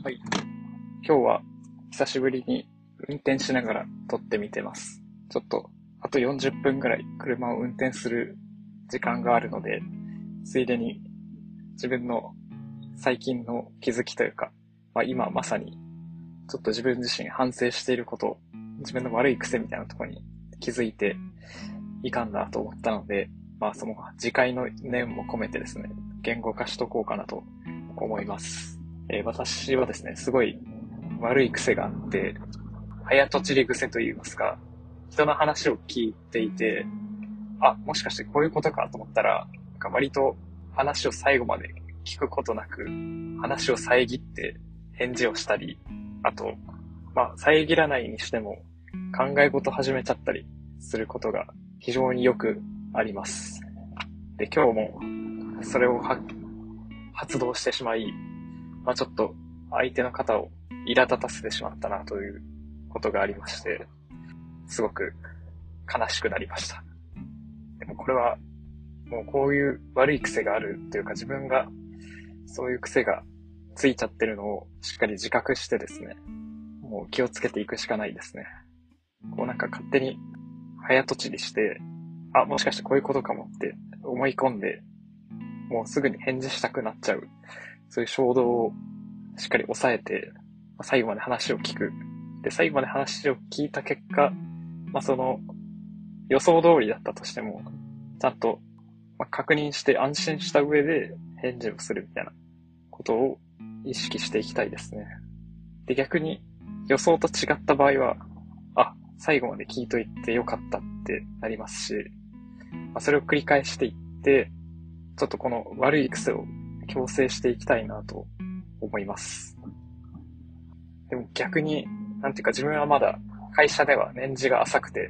はい。今日は久しぶりに運転しながら撮ってみてます。ちょっとあと40分ぐらい車を運転する時間があるので、ついでに自分の最近の気づきというか、今まさにちょっと自分自身反省していること、自分の悪い癖みたいなところに気づいていかんなと思ったので、その次回の念も込めてですね、言語化しとこうかなと思います。私はですね、すごい悪い癖があって、早とちり癖と言いますか、人の話を聞いていて、もしかしてこういうことかと思ったら、割と話を最後まで聞くことなく、話を遮って返事をしたり、あと、遮らないにしても考え事始めちゃったりすることが非常によくあります。で、今日もそれを発動してしまい、ちょっと相手の方を苛立たせてしまったなということがありまして、すごく悲しくなりました。でもこれはもうこういう悪い癖があるというか、自分がそういう癖がついちゃってるのをしっかり自覚してですね、もう気をつけていくしかないですね。勝手に早とちりして、もしかしてこういうことかもって思い込んで、もうすぐに返事したくなっちゃう。そういう衝動をしっかり抑えて、最後まで話を聞く。で、最後まで話を聞いた結果、その予想通りだったとしても、ちゃんと確認して安心した上で返事をするみたいなことを意識していきたいですね。で、逆に予想と違った場合は、最後まで聞いといてよかったってなりますし、それを繰り返していって、ちょっとこの悪い癖を矯正していきたいなと思います。でも逆に、自分はまだ会社では年次が浅くて、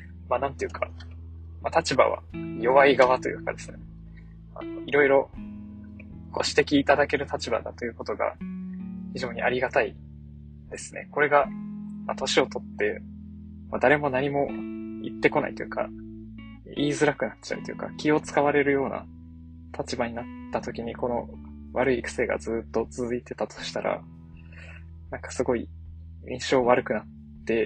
立場は弱い側というかですね、いろいろご指摘いただける立場だということが非常にありがたいですね。これが、年を取って、誰も何も言ってこないというか、言いづらくなっちゃうというか、気を使われるような立場になった時に、この悪い癖がずっと続いてたとしたら、すごい印象悪くなって、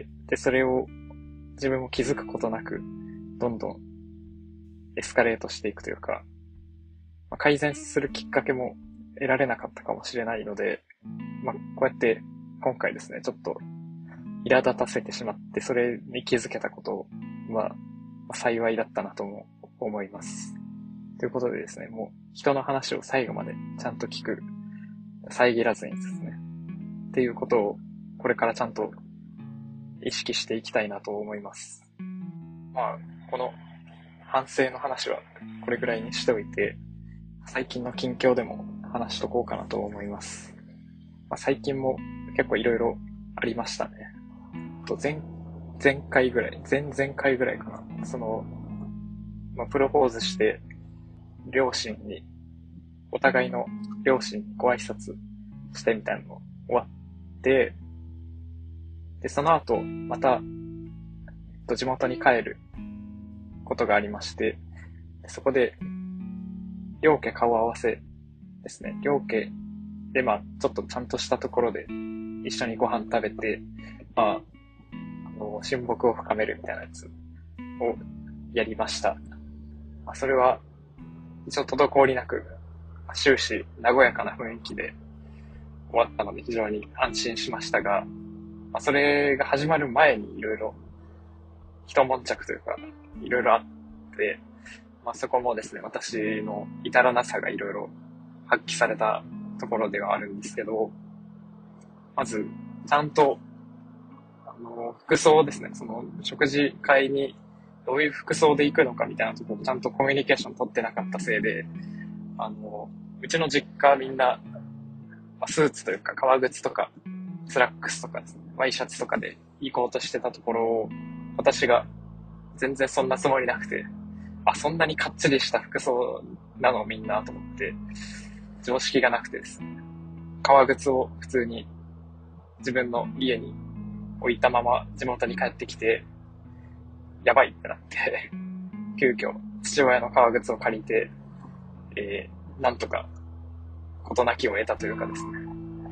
で、それを自分も気づくことなく、どんどんエスカレートしていくというか、改善するきっかけも得られなかったかもしれないので、こうやって今回ですね、ちょっと苛立たせてしまって、それに気づけたことは、幸いだったなとも思います。ということでですね、もう人の話を最後までちゃんと聞く、遮らずにですね、っていうことをこれからちゃんと意識していきたいなと思います。この反省の話はこれぐらいにしておいて、最近の近況でも話しとこうかなと思います。最近も結構いろいろありましたね。前々回ぐらいかな。プロポーズして、お互いの両親にご挨拶してみたいなの終わって、で、その後、また、地元に帰ることがありまして、そこで、両家顔合わせですね。両家で、ちょっとちゃんとしたところで一緒にご飯食べて、親睦を深めるみたいなやつをやりました。それは、一応滞りなく、終始和やかな雰囲気で終わったので非常に安心しましたが、それが始まる前にいろいろ一悶着というか、いろいろあって、そこもですね、私の至らなさがいろいろ発揮されたところではあるんですけど、まず、ちゃんと、服装ですね、その食事会にどういう服装で行くのかみたいなところちゃんとコミュニケーション取ってなかったせいで、うちの実家みんな、スーツというか革靴とかスラックスとかですね、ワイシャツとかで行こうとしてたところを、私が全然そんなつもりなくて、そんなにかっちりした服装なのみんなと思って、常識がなくてですね、革靴を普通に自分の家に置いたまま地元に帰ってきて、やばいってなって、急遽父親の革靴を借りて、なんとか事なきを得たというかですね。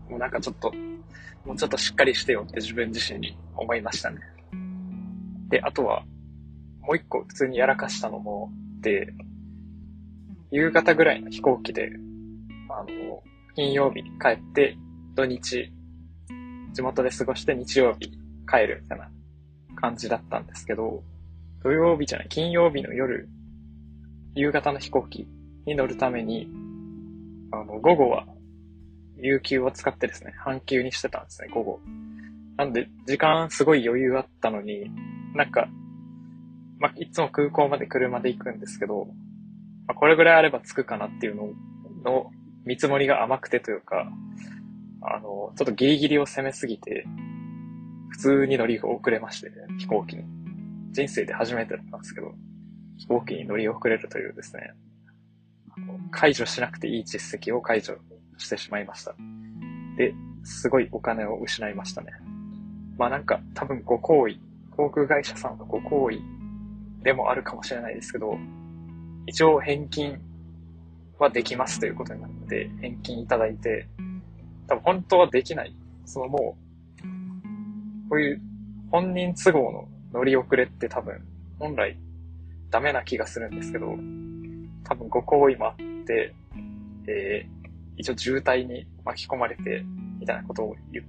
もうなんかちょっと、もうちょっとしっかりしてよって自分自身に思いましたね。で、あとは、もう一個普通にやらかしたのも、で、夕方ぐらいの飛行機で、金曜日に帰って、土日、地元で過ごして日曜日帰るみたいな感じだったんですけど、金曜日の夜、夕方の飛行機に乗るために、午後は有給を使ってですね、半休にしてたんですね、午後。なんで、時間すごい余裕あったのに、なんか、いつも空港まで車で行くんですけど、これぐらいあれば着くかなっていうの見積もりが甘くてというか、ちょっとギリギリを攻めすぎて、普通に乗り遅れまして、飛行機に。人生で初めてだったんですけど、飛行機に乗り遅れるというですね、解除しなくていい実績を解除してしまいました。で、すごいお金を失いましたね。なんか多分航空会社さんのご好意でもあるかもしれないですけど、一応返金はできますということになって、返金いただいて、多分本当はできない。もう、こういう本人都合の乗り遅れって多分、本来ダメな気がするんですけど、多分ご好意もあって、一応渋滞に巻き込まれて、みたいなことを言って、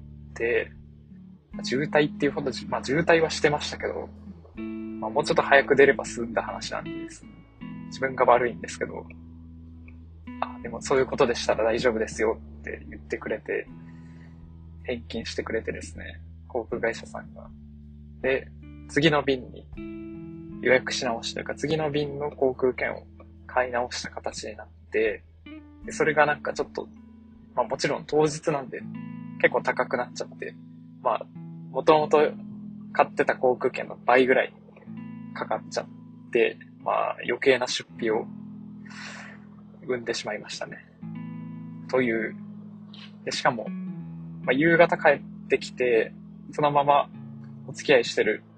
渋滞っていうほど、渋滞はしてましたけど、もうちょっと早く出れば済んだ話なんです。自分が悪いんですけど、でもそういうことでしたら大丈夫ですよって言ってくれて、返金してくれてですね、航空会社さんが。で、次の便に予約し直しというか、次の便の航空券を買い直した形になって、でそれがなんかちょっと、もちろん当日なんで結構高くなっちゃって、もともと買ってた航空券の倍ぐらいかかっちゃって、余計な出費を生んでしまいましたね。という。でしかも、夕方帰ってきて、そのままお付き合いしてる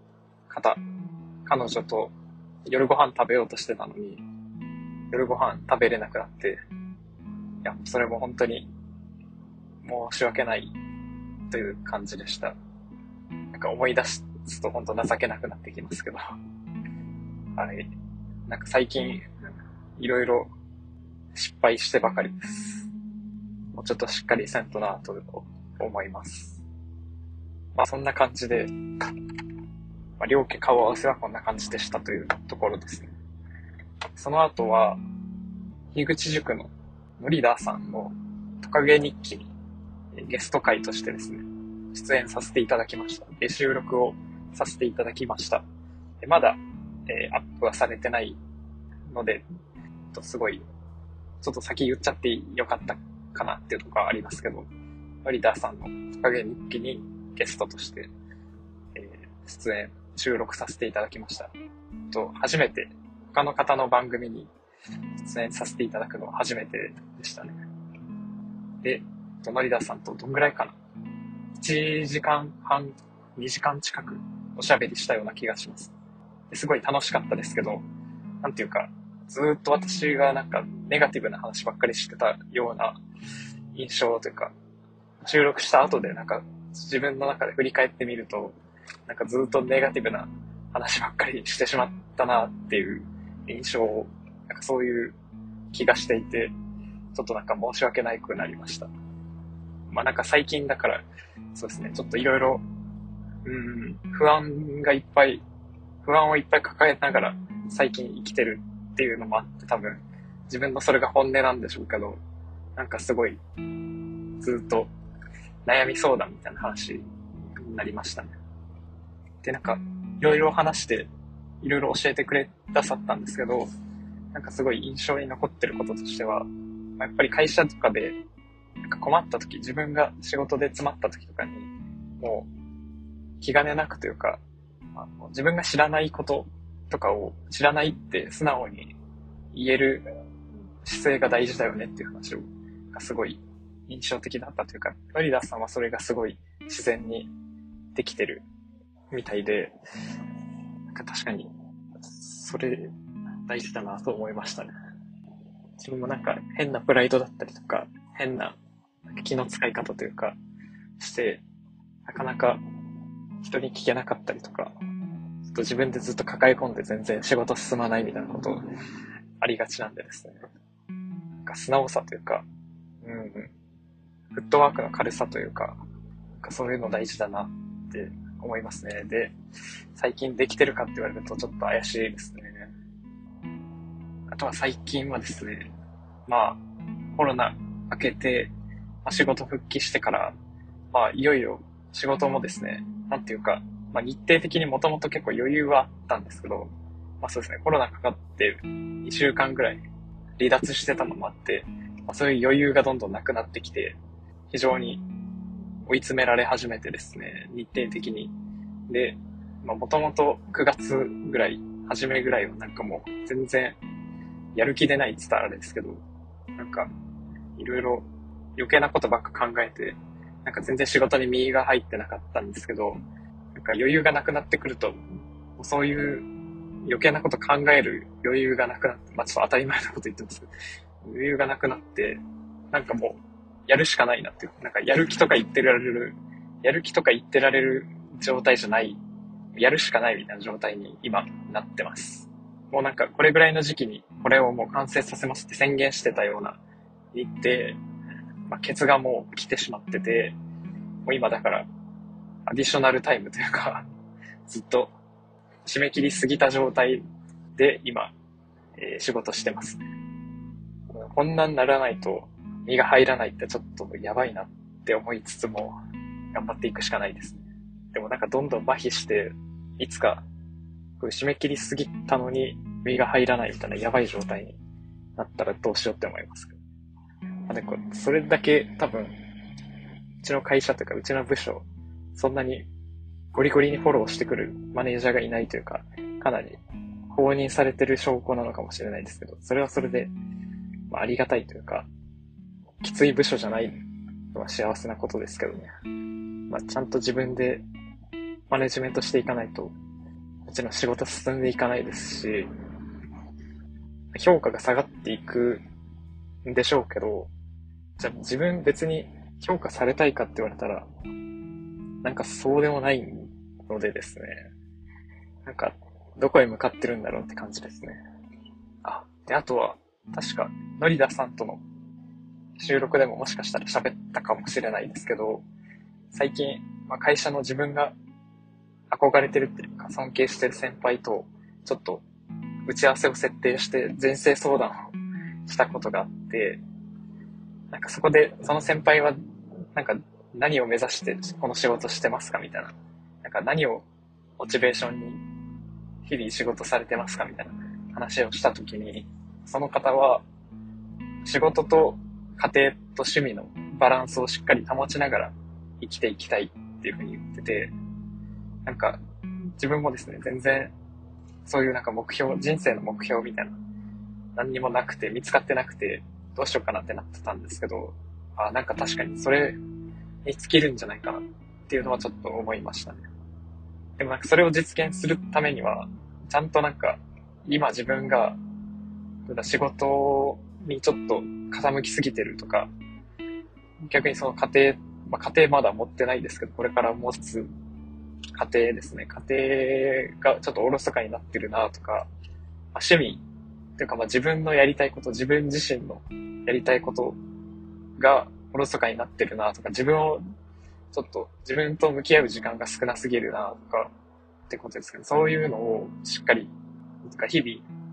彼女と夜ご飯食べようとしてたのに、夜ご飯食べれなくなって、いや、それも本当に申し訳ないという感じでした。なんか思い出すと本当情けなくなってきますけど。はい。なんか最近、いろいろ失敗してばかりです。もうちょっとしっかりせんとなと思います。そんな感じで、両家顔合わせはこんな感じでしたというところですね。その後は、樋口塾のノリダーさんのトカゲ日記にゲスト会としてですね、出演させていただきました。で、収録をさせていただきました。でまだ、アップはされてないので、すごい、ちょっと先言っちゃってよかったかなっていうところはありますけど、ノリダーさんのトカゲ日記にゲストとして、収録させていただきました。初めて他の方の番組に出演させていただくのは初めてでしたね。で、ノリダーさんとどんぐらいかな ?1 時間半、2時間近くおしゃべりしたような気がします。すごい楽しかったですけど、なんていうか、ずっと私がなんかネガティブな話ばっかりしてたような印象というか、収録した後でなんか自分の中で振り返ってみると、なんかずっとネガティブな話ばっかりしてしまったなっていう印象を、なんかそういう気がしていて、ちょっとなんか申し訳なくなりました。なんか最近だから、そうですね、ちょっといろいろ、不安をいっぱい抱えながら最近生きてるっていうのもあって多分、自分のそれが本音なんでしょうけど、なんかすごい、ずっと悩み相談みたいな話になりましたね。で、なんか、いろいろ話して、いろいろ教えてくださったんですけど、なんかすごい印象に残ってることとしては、やっぱり会社とかで、なんか困った時、自分が仕事で詰まった時とかに、もう、気兼ねなくというか、自分が知らないこととかを知らないって素直に言える姿勢が大事だよねっていう話がすごい印象的だったというか、ノリダーさんはそれがすごい自然にできてるみたいで、なんか確かにそれ大事だなと思いましたね。自分もなんか変なプライドだったりとか、変な気の使い方というか、して、なかなか人に聞けなかったりとか、ちょっと自分でずっと抱え込んで全然仕事進まないみたいなことありがちなんでですね。なんか素直さというか、フットワークの軽さというか、なんかそういうの大事だなって思いますね。で、最近できてるかって言われるとちょっと怪しいですね。あとは最近はですね、コロナ明けて、仕事復帰してから、いよいよ仕事もですね、なんていうか、日程的にもともと結構余裕はあったんですけど、そうですね、コロナかかって2週間ぐらい離脱してたのもあって、そういう余裕がどんどんなくなってきて、非常に追い詰められ始めてですね、日程的に。で、もともと9月ぐらい、初めぐらいはなんかもう全然やる気出ないって言ったらあれですけど、なんかいろいろ余計なことばっか考えて、なんか全然仕事に身が入ってなかったんですけど、なんか余裕がなくなってくると、そういう余計なこと考える余裕がなくなって、ちょっと当たり前なこと言ってますけど、余裕がなくなって、なんかもう、やるしかないなっていう、なんかやる気とか言ってられる状態じゃない、やるしかないみたいな状態に今なってます。もうなんかこれぐらいの時期にこれをもう完成させますって宣言してたような日程、ケツがもう来てしまってて、もう今だからアディショナルタイムというかずっと締め切りすぎた状態で今、仕事してますね。こんなんならないと身が入らないってちょっとやばいなって思いつつも頑張っていくしかないですね。でもなんかどんどん麻痺していつか締め切りすぎたのに身が入らないみたいなやばい状態になったらどうしようって思いますけど。でそれだけ多分うちの会社というかうちの部署そんなにゴリゴリにフォローしてくるマネージャーがいないというか、かなり放任されてる証拠なのかもしれないですけど、それはそれで、ありがたいというか、きつい部署じゃないのは幸せなことですけどね。ちゃんと自分でマネジメントしていかないと、うちの仕事進んでいかないですし、評価が下がっていくんでしょうけど、じゃあ自分別に評価されたいかって言われたら、なんかそうでもないのでですね、なんかどこへ向かってるんだろうって感じですね。で、あとは確かのりださんとの収録でももしかしたら喋ったかもしれないですけど、最近、会社の自分が憧れてるっていうか尊敬してる先輩とちょっと打ち合わせを設定して人生相談をしたことがあって、なんかそこでその先輩はなんか何を目指してこの仕事してますかみたいな、なんか何をモチベーションに日々仕事されてますかみたいな話をしたときに、その方は仕事と家庭と趣味のバランスをしっかり保ちながら生きていきたいっていうふうに言ってて、なんか自分もですね、全然そういうなんか目標、人生の目標みたいな何にもなくて、見つかってなくてどうしようかなってなってたんですけど、なんか確かにそれに尽きるんじゃないかなっていうのはちょっと思いましたね。でもなんかそれを実現するためには、ちゃんとなんか今自分が仕事にちょっと傾きすぎてるとか、逆にその家庭まだ持ってないですけど、これから持つ家庭ですね。家庭がちょっとおろそかになってるなとか、趣味というか自分のやりたいこと、自分自身のやりたいことがおろそかになってるなとか、自分と向き合う時間が少なすぎるなとかってことですけど、そういうのをしっかり日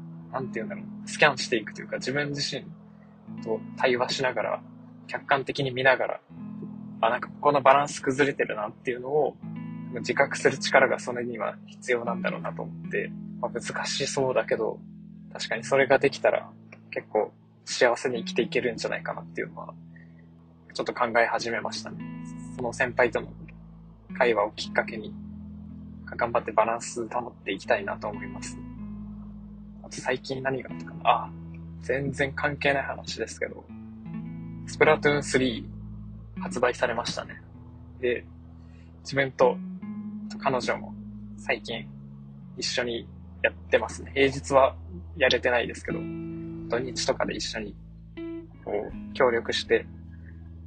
々スキャンしていくというか、自分自身と対話しながら客観的に見ながら、なんかここのバランス崩れてるなっていうのを自覚する力がそれには必要なんだろうなと思って、難しそうだけど確かにそれができたら結構幸せに生きていけるんじゃないかなっていうのはちょっと考え始めましたね。その先輩との会話をきっかけに頑張ってバランス保っていきたいなと思います。あと最近何があったかな。全然関係ない話ですけど、スプラトゥーン3発売されましたね。で、自分と彼女も最近一緒にやってますね。平日はやれてないですけど、土日とかで一緒にこう協力して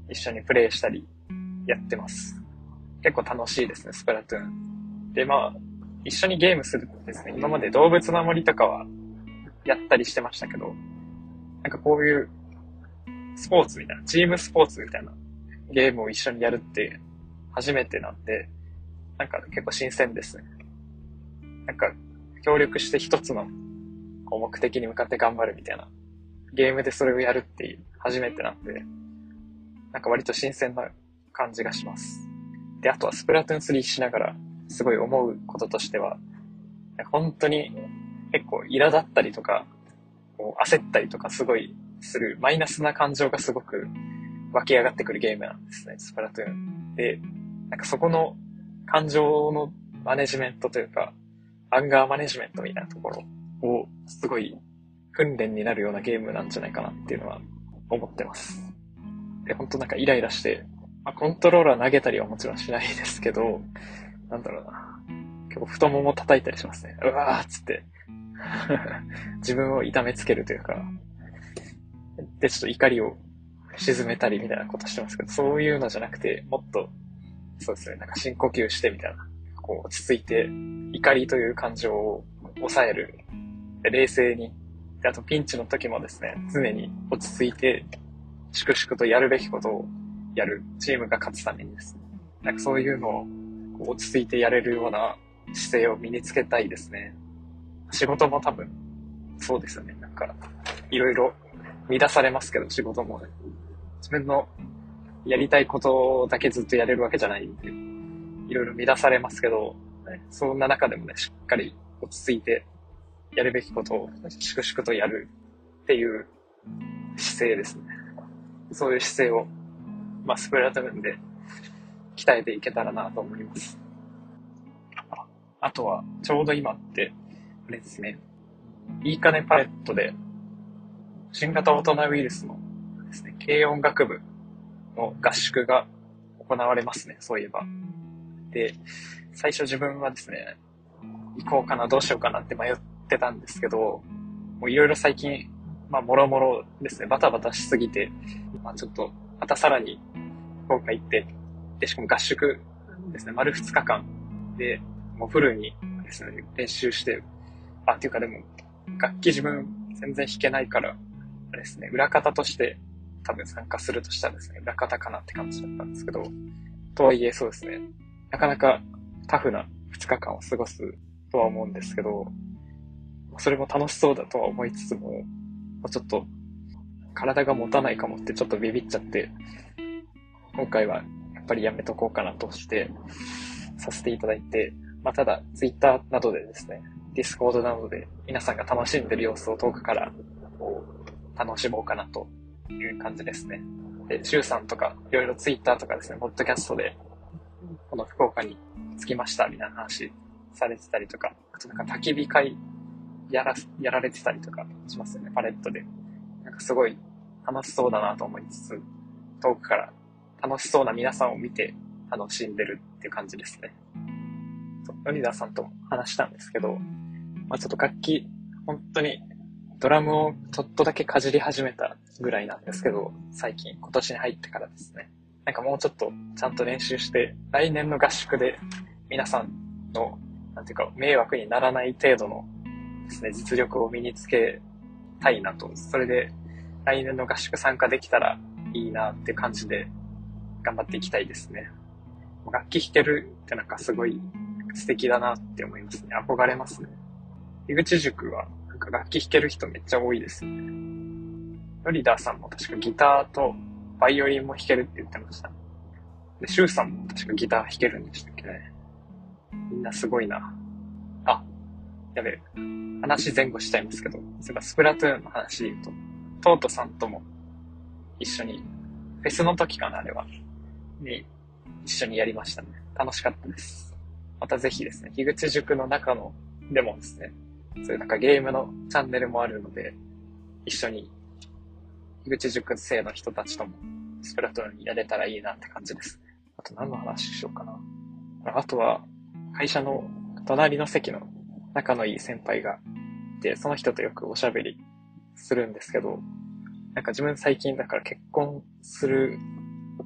一緒にプレイしたりやってます。結構楽しいですね、スプラトゥーン。で、一緒にゲームするとですね、今まで動物の森とかはやったりしてましたけど、なんかこういうスポーツみたいな、チームスポーツみたいなゲームを一緒にやるって初めてなんで、なんか結構新鮮ですね。なんか協力して一つのこう目的に向かって頑張るみたいなゲームでそれをやるっていう初めてなんで、なんか割と新鮮な感じがします。で、あとはスプラトゥーン3しながらすごい思うこととしては、本当に結構苛立ったりとか、こう焦ったりとかすごいするマイナスな感情がすごく湧き上がってくるゲームなんですね、スプラトゥーン。で、なんかそこの感情のマネジメントというか、アンガーマネジメントみたいなところをすごい訓練になるようなゲームなんじゃないかなっていうのは思ってます。で、本当なんかイライラして、コントローラー投げたりはもちろんしないですけど、なんだろうな。結構太もも叩いたりしますね。うわーっつって。自分を痛めつけるというか。で、ちょっと怒りを沈めたりみたいなことしてますけど、そういうのじゃなくて、もっと、そうですね、なんか深呼吸してみたいな。こう落ち着いて、怒りという感情を抑える。で、冷静に。で、あとピンチの時もですね、常に落ち着いて、粛々とやるべきことをやる。チームが勝つためにですね。なんかそういうのを落ち着いてやれるような姿勢を身につけたいですね。仕事も多分、そうですよね。なんか、いろいろ乱されますけど、仕事もね。自分のやりたいことだけずっとやれるわけじゃないんで、いろいろ乱されますけど、ね、そんな中でもね、しっかり落ち着いて、やるべきことを粛々とやるっていう姿勢ですね。そういう姿勢を、スプラトゥーンで鍛えていけたらなと思います。あとは、ちょうど今って、あれですね、いいかねパレットで、新型オトナウイルスのですね、軽音楽部の合宿が行われますね、そういえば。で、最初自分はですね、行こうかな、どうしようかなって迷ってたんですけど、もういろいろ最近、もろもろですね、バタバタしすぎて、ちょっと、またさらに、福岡行って、で、しかも合宿ですね、丸2日間で、もうフルにですね、練習して、っていうかでも、楽器自分全然弾けないから、あれですね、裏方として多分参加するとしたらですね、裏方かなって感じだったんですけど、とはいえそうですね、なかなかタフな2日間を過ごすとは思うんですけど、それも楽しそうだとは思いつつも、ちょっと体が持たないかもってちょっとビビっちゃって、今回はやっぱりやめとこうかなとしてさせていただいて、ただツイッターなどでですね、ディスコードなどで皆さんが楽しんでる様子を遠くから楽しもうかなという感じですね。で、シュウさんとかいろいろツイッターとかですね、ポッドキャストでこの福岡に着きましたみたいな話されてたりとか、あとなんか焚き火会やられてたりとかしますよね、パレットで。なんかすごい楽しそうだなと思いつつ、遠くから楽しそうな皆さんを見て楽しんでるっていう感じですね。ヨニダーさんとも話したんですけど、ちょっと楽器、本当にドラムをちょっとだけかじり始めたぐらいなんですけど、最近、今年に入ってからですね。なんかもうちょっとちゃんと練習して、来年の合宿で皆さんの、なんていうか、迷惑にならない程度のですね、実力を身につけたいなと。それで、来年の合宿参加できたらいいなっていう感じで、頑張っていきたいですね。楽器弾けるってなんかすごい素敵だなって思いますね。憧れますね。井口塾はなんか楽器弾ける人めっちゃ多いですよね。ヨリダーさんも確かギターとバイオリンも弾けるって言ってました。で、シュウさんも確かギター弾けるんでしたっけね。みんなすごいな。やべえ。話前後しちゃいますけど、スプラトゥーンの話で言うと、トートさんとも一緒に、フェスの時かな、あれは。に、一緒にやりましたね。楽しかったです。またぜひですね、樋口塾の中の、でもですね、そういうなんかゲームのチャンネルもあるので、一緒に、樋口塾生の人たちとも、スプラトゥーンやれたらいいなって感じですね。あと何の話しようかな。あとは、会社の隣の席の仲のいい先輩がいて、その人とよくおしゃべりするんですけど、なんか自分最近だから結婚する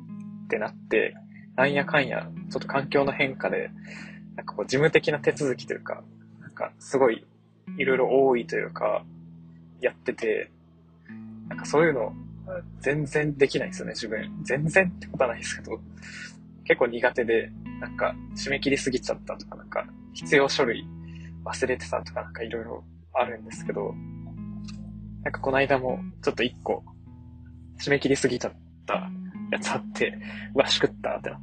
ってなって、なんやかんや、ちょっと環境の変化で、なんかこう事務的な手続きというか、なんかすごいいろいろ多いというか、やってて、なんかそういうの全然できないんですよね、自分。全然ってことはないですけど、結構苦手で、なんか締め切りすぎちゃったとか、なんか必要書類忘れてたとか、なんかいろいろあるんですけど、なんかこの間もちょっと一個締め切りすぎちゃったやつあって、うわ、しくったってなって、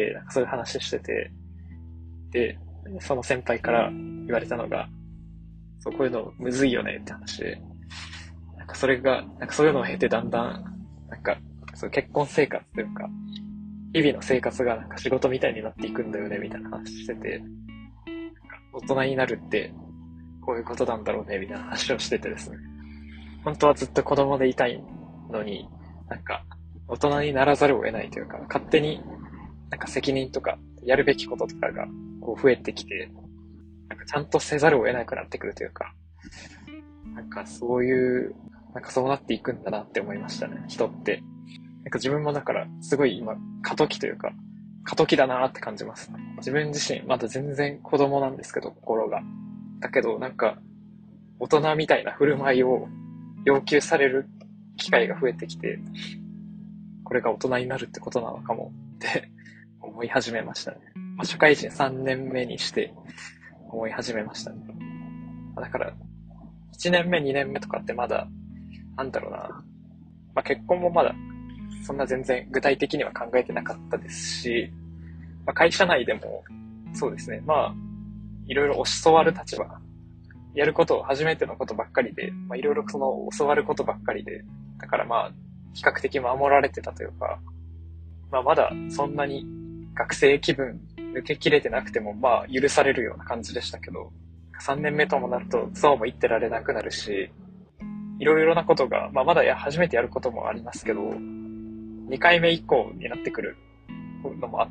なんかそういう話してて、で、その先輩から言われたのが、そう、こういうのむずいよねって話で、なんかそれが、なんかそういうのを経てだんだん、なんか、そう結婚生活というか、日々の生活がなんか仕事みたいになっていくんだよね、みたいな話してて、なんか大人になるって、こういうことなんだろうね、みたいな話をしててですね。本当はずっと子供でいたいのに、なんか、大人にならざるを得ないというか、勝手になんか責任とか、やるべきこととかがこう増えてきて、なんかちゃんとせざるを得なくなってくるというか、なんかそういう、なんかそうなっていくんだなって思いましたね、人って。なんか自分もだからすごい今過渡期というか過渡期だなって感じます。自分自身まだ全然子供なんですけど、心が。だけどなんか大人みたいな振る舞いを要求される機会が増えてきて、これが大人になるってことなのかもって思い始めましたね。まあ、社会人3年目にして思い始めましたね。だから1年目2年目とかってまだなんだろうな、まあ、結婚もまだそんな全然具体的には考えてなかったですし、まあ、会社内でもそうですね、まあいろいろ教わる立場、やること初めてのことばっかりで、まあいろいろその教わることばっかりで、だからまあ比較的守られてたというか、まあまだそんなに学生気分抜けきれてなくてもまあ許されるような感じでしたけど、3年目ともなるとそうも言ってられなくなるし、いろいろなことが、まあまだ初めてやることもありますけど、2回目以降になってくるのもあって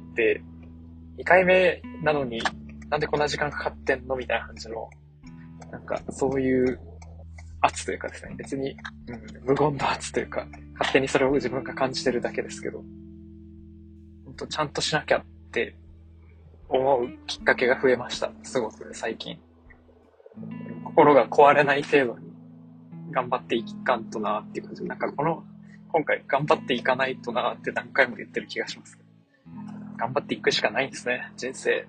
、2回目なのになんでこんな時間かかってんのみたいな感じの、なんかそういう圧というかですね、別に、無言の圧というか、勝手にそれを自分が感じてるだけですけど、本当ちゃんとしなきゃって思うきっかけが増えました。すごく最近。心が壊れない程度に頑張っていかんとなっていう感じで、なんか今回頑張っていかないとなって何回も言ってる気がします。頑張っていくしかないんですね、人生。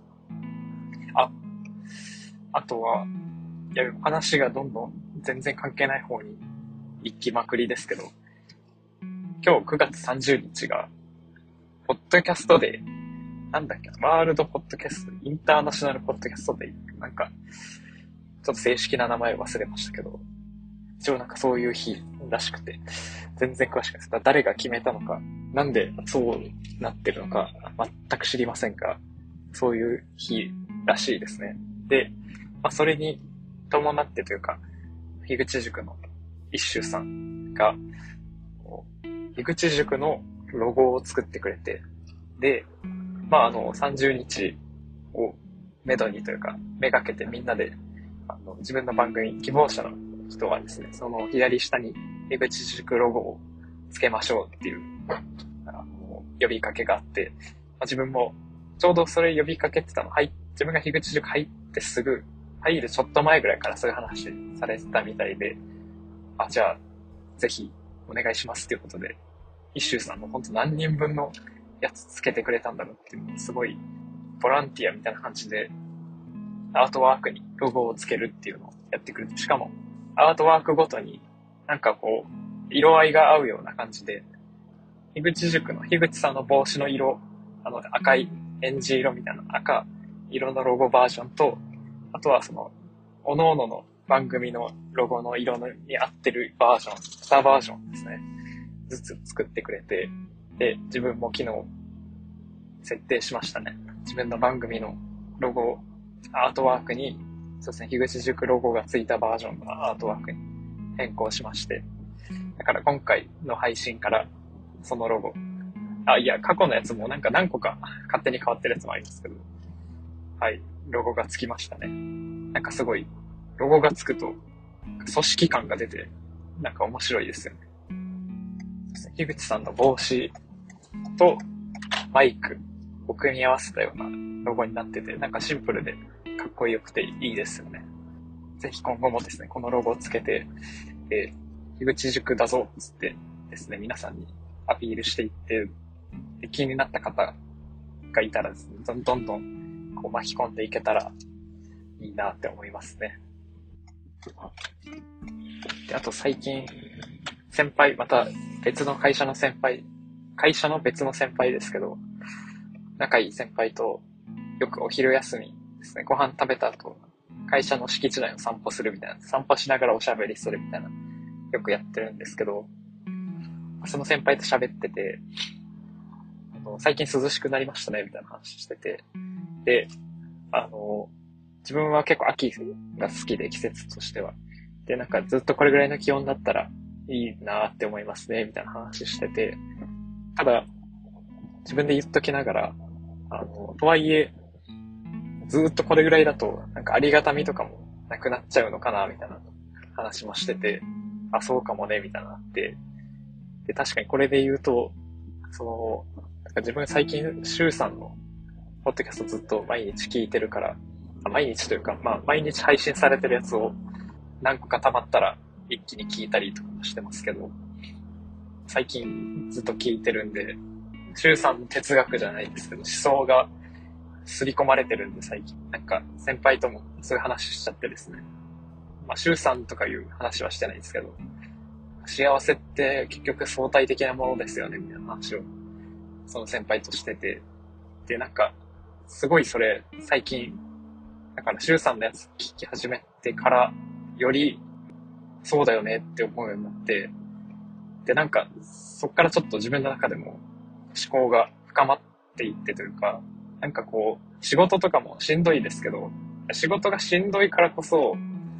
あとは、いや、話がどんどん全然関係ない方に行きまくりですけど、今日9月30日が、ポッドキャストデー、なんだっけな、ワールドポッドキャスト、インターナショナルポッドキャストデー、なんか、ちょっと正式な名前を忘れましたけど、一応なんかそういう日らしくて、全然詳しくないです。誰が決めたのか、なんでそうなってるのか、全く知りませんが、そういう日らしいですね。で、まあ、それに伴ってというか、樋口塾の一周さんが、樋口塾のロゴを作ってくれて、で、まあ30日をめどにというか、めがけてみんなで、自分の番組、希望者の人はですね、その左下に樋口塾ロゴをつけましょうっていう、呼びかけがあって、まあ、自分もちょうどそれ呼びかけてたの、自分が樋口塾入ってすぐ、入るちょっと前ぐらいからそういう話されてたみたいで、じゃあ、ぜひお願いしますっていうことで、一周さんの本当何人分のやつつけてくれたんだろうっていうのをすごいボランティアみたいな感じでアートワークにロゴをつけるっていうのをやってくれて、しかもアートワークごとになんかこう色合いが合うような感じで、樋口塾の樋口さんの帽子の色、赤いエンジ色みたいな赤色のロゴバージョンと、あとはその各々の番組のロゴの色に合ってるバージョン、2バージョンですね、ずつ作ってくれて、で、自分も昨日設定しましたね。自分の番組のロゴ、アートワークに、そうですね、樋口塾ロゴがついたバージョンのアートワークに変更しまして、だから今回の配信からそのロゴ、過去のやつもなんか何個か勝手に変わってるやつもありますけど、はい、ロゴがつきましたね。なんかすごい、ロゴがつくと、組織感が出て、なんか面白いですよね。樋口さんの帽子と、 マイクを組み合わせたようなロゴになってて、なんかシンプルでかっこよくていいですよね。ぜひ今後もですね、このロゴをつけて、樋口塾だぞっつってですね、皆さんにアピールしていって、で気になった方がいたらですね、どんどんこう巻き込んでいけたらいいなって思いますね。で、あと最近、先輩、また別の会社の別の先輩ですけど、仲いい先輩とよくお昼休みですね、ご飯食べた後、会社の敷地内を散歩するみたいな、散歩しながらおしゃべりするみたいな、よくやってるんですけど、その先輩と喋ってて、最近涼しくなりましたね、みたいな話してて、で、自分は結構秋が好きで、季節としては。で、なんかずっとこれぐらいの気温だったらいいなって思いますね、みたいな話してて、ただ、自分で言っときながら、とはいえ、ずっとこれぐらいだと、なんかありがたみとかもなくなっちゃうのかな、みたいな話もしてて、あ、そうかもね、みたいなのあって、で、確かにこれで言うと、なんか自分最近、周さんのポッドキャストずっと毎日聞いてるから、毎日というか、毎日配信されてるやつを何個か溜まったら一気に聞いたりとかしてますけど、最近ずっと聞いてるんで、周さんの哲学じゃないですけど、思想が刷り込まれてるんで最近。なんか先輩ともそういう話しちゃってですね。周さんとかいう話はしてないんですけど、幸せって結局相対的なものですよね、みたいな話をその先輩としてて。で、なんか、すごいそれ最近、だから周さんのやつ聞き始めてからよりそうだよねって思うようになって、で、なんか、そっからちょっと自分の中でも思考が深まっていってというか、なんかこう、仕事とかもしんどいですけど、仕事がしんどいからこそ、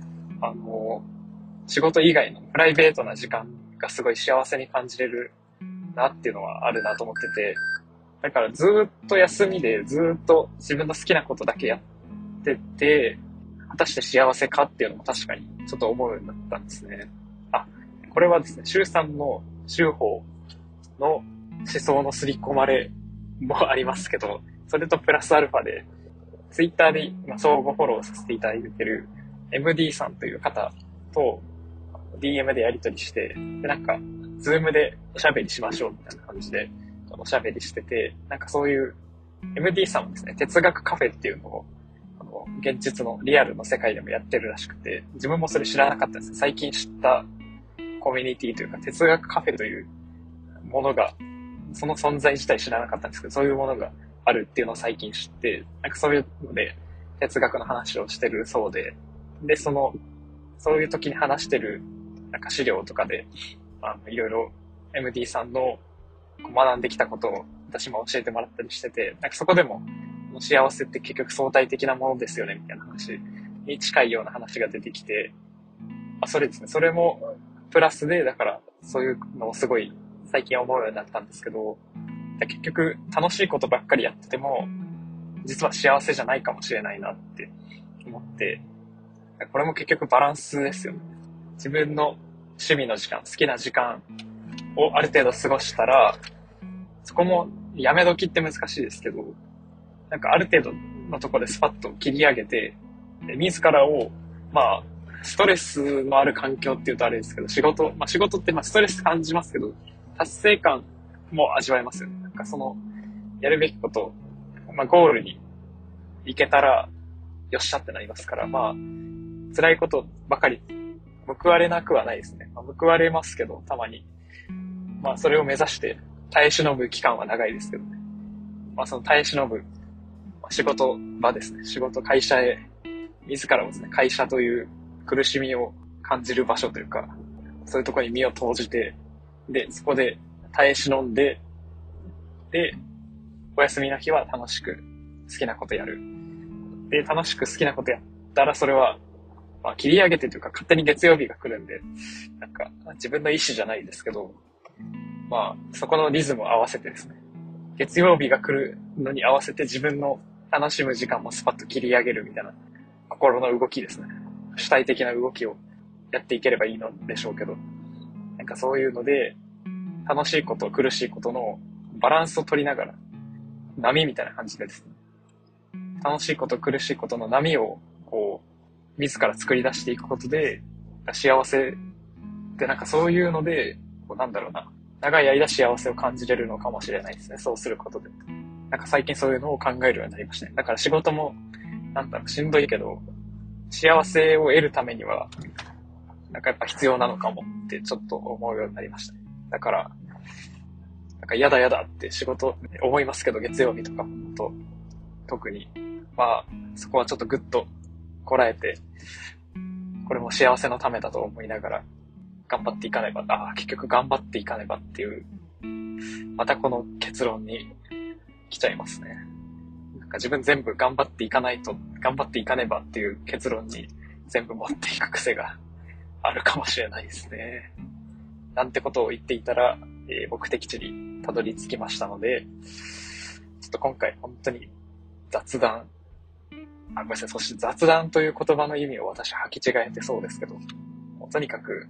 仕事以外のプライベートな時間がすごい幸せに感じれるなっていうのはあるなと思ってて、だからずっと休みでずっと自分の好きなことだけやってて、果たして幸せかっていうのも確かにちょっと思うようになったんですね。これはですね、周さんの周法の思想の刷り込まれもありますけど、それとプラスアルファで、ツイッターで相互フォローさせていただいている MD さんという方と DM でやり取りして、で、なんか、ズームでおしゃべりしましょうみたいな感じでおしゃべりしてて、なんかそういう MD さんもですね、哲学カフェっていうのを現実のリアルの世界でもやってるらしくて、自分もそれ知らなかったです。最近知ったコミュニティというか、哲学カフェというものが、その存在自体知らなかったんですけど、そういうものがあるっていうのを最近知って、なんかそういうので哲学の話をしてるそうで、で、そういう時に話してるなんか資料とかで、いろいろ MD さんの学んできたことを私も教えてもらったりしてて、なんかそこでも幸せって結局相対的なものですよねみたいな話に近いような話が出てきて、それですね。それもプラスで、だからそういうのをすごい最近思うようになったんですけど、結局楽しいことばっかりやってても、実は幸せじゃないかもしれないなって思って、これも結局バランスですよね。自分の趣味の時間、好きな時間をある程度過ごしたら、そこもやめ時って難しいですけど、なんかある程度のところでスパッと切り上げて、自らを、ストレスのある環境っていうとあれですけど、仕事ってストレス感じますけど、達成感も味わえますよね。なんかやるべきこと、ゴールに行けたら、よっしゃってなりますから、辛いことばかり報われなくはないですね。報われますけど、たまに。それを目指して耐え忍ぶ期間は長いですけどね。その耐え忍ぶ、仕事場ですね。会社へ、自らをですね、会社という苦しみを感じる場所というか、そういうところに身を投じて、で、そこで耐え忍んで、で、お休みの日は楽しく好きなことやる。で、楽しく好きなことやったら、それは、切り上げてというか、勝手に月曜日が来るんで、なんか、自分の意思じゃないですけど、そこのリズムを合わせてですね、月曜日が来るのに合わせて自分の楽しむ時間もスパッと切り上げるみたいな心の動きですね。主体的な動きをやっていければいいのでしょうけど、なんかそういうので、楽しいこと、苦しいことのバランスを取りながら波みたいな感じでですね、楽しいこと苦しいことの波をこう自ら作り出していくことで、幸せってなんかそういうのでこうなんだろうな、長い間幸せを感じれるのかもしれないですね。そうすることで、なんか最近そういうのを考えるようになりましたね。だから仕事もなんだろう、しんどいけど幸せを得るためにはなんかやっぱ必要なのかもってちょっと思うようになりましたね。だからなんか嫌だって仕事思いますけど、月曜日とか本当特にまあそこはちょっとグッとこらえて、これも幸せのためだと思いながら頑張っていかねば、結局頑張っていかねばっていう、またこの結論に来ちゃいますね。なんか自分全部頑張っていかないと、頑張っていかねばっていう結論に全部持っていく癖があるかもしれないですね。なんてことを言っていたら、目的地にたどり着きましたので、ちょっと今回本当に雑談、ごめんなさい、そして雑談という言葉の意味を私履き違えてそうですけど、もうとにかく、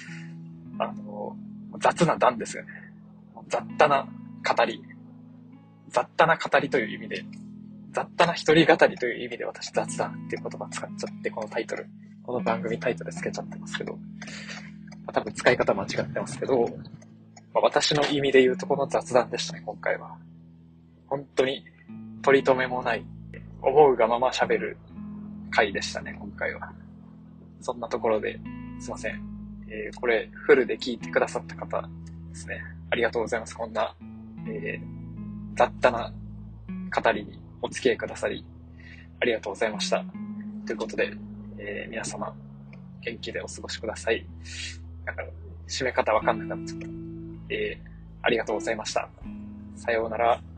雑な談ですよね。雑多な語り。雑多な語りという意味で、雑多な一人語りという意味で私雑談っていう言葉使っちゃって、この番組タイトルつけちゃってますけど、多分使い方間違ってますけど、私の意味で言うとこの雑談でしたね、今回は。本当に取り留めもない、思うがまま喋る回でしたね、今回は。そんなところで、すいません。これ、フルで聞いてくださった方ですね。ありがとうございます。こんな、雑多な語りにお付き合いくださり、ありがとうございました。ということで、皆様、元気でお過ごしください。なんか、締め方わかんなかった。ありがとうございました。さようなら。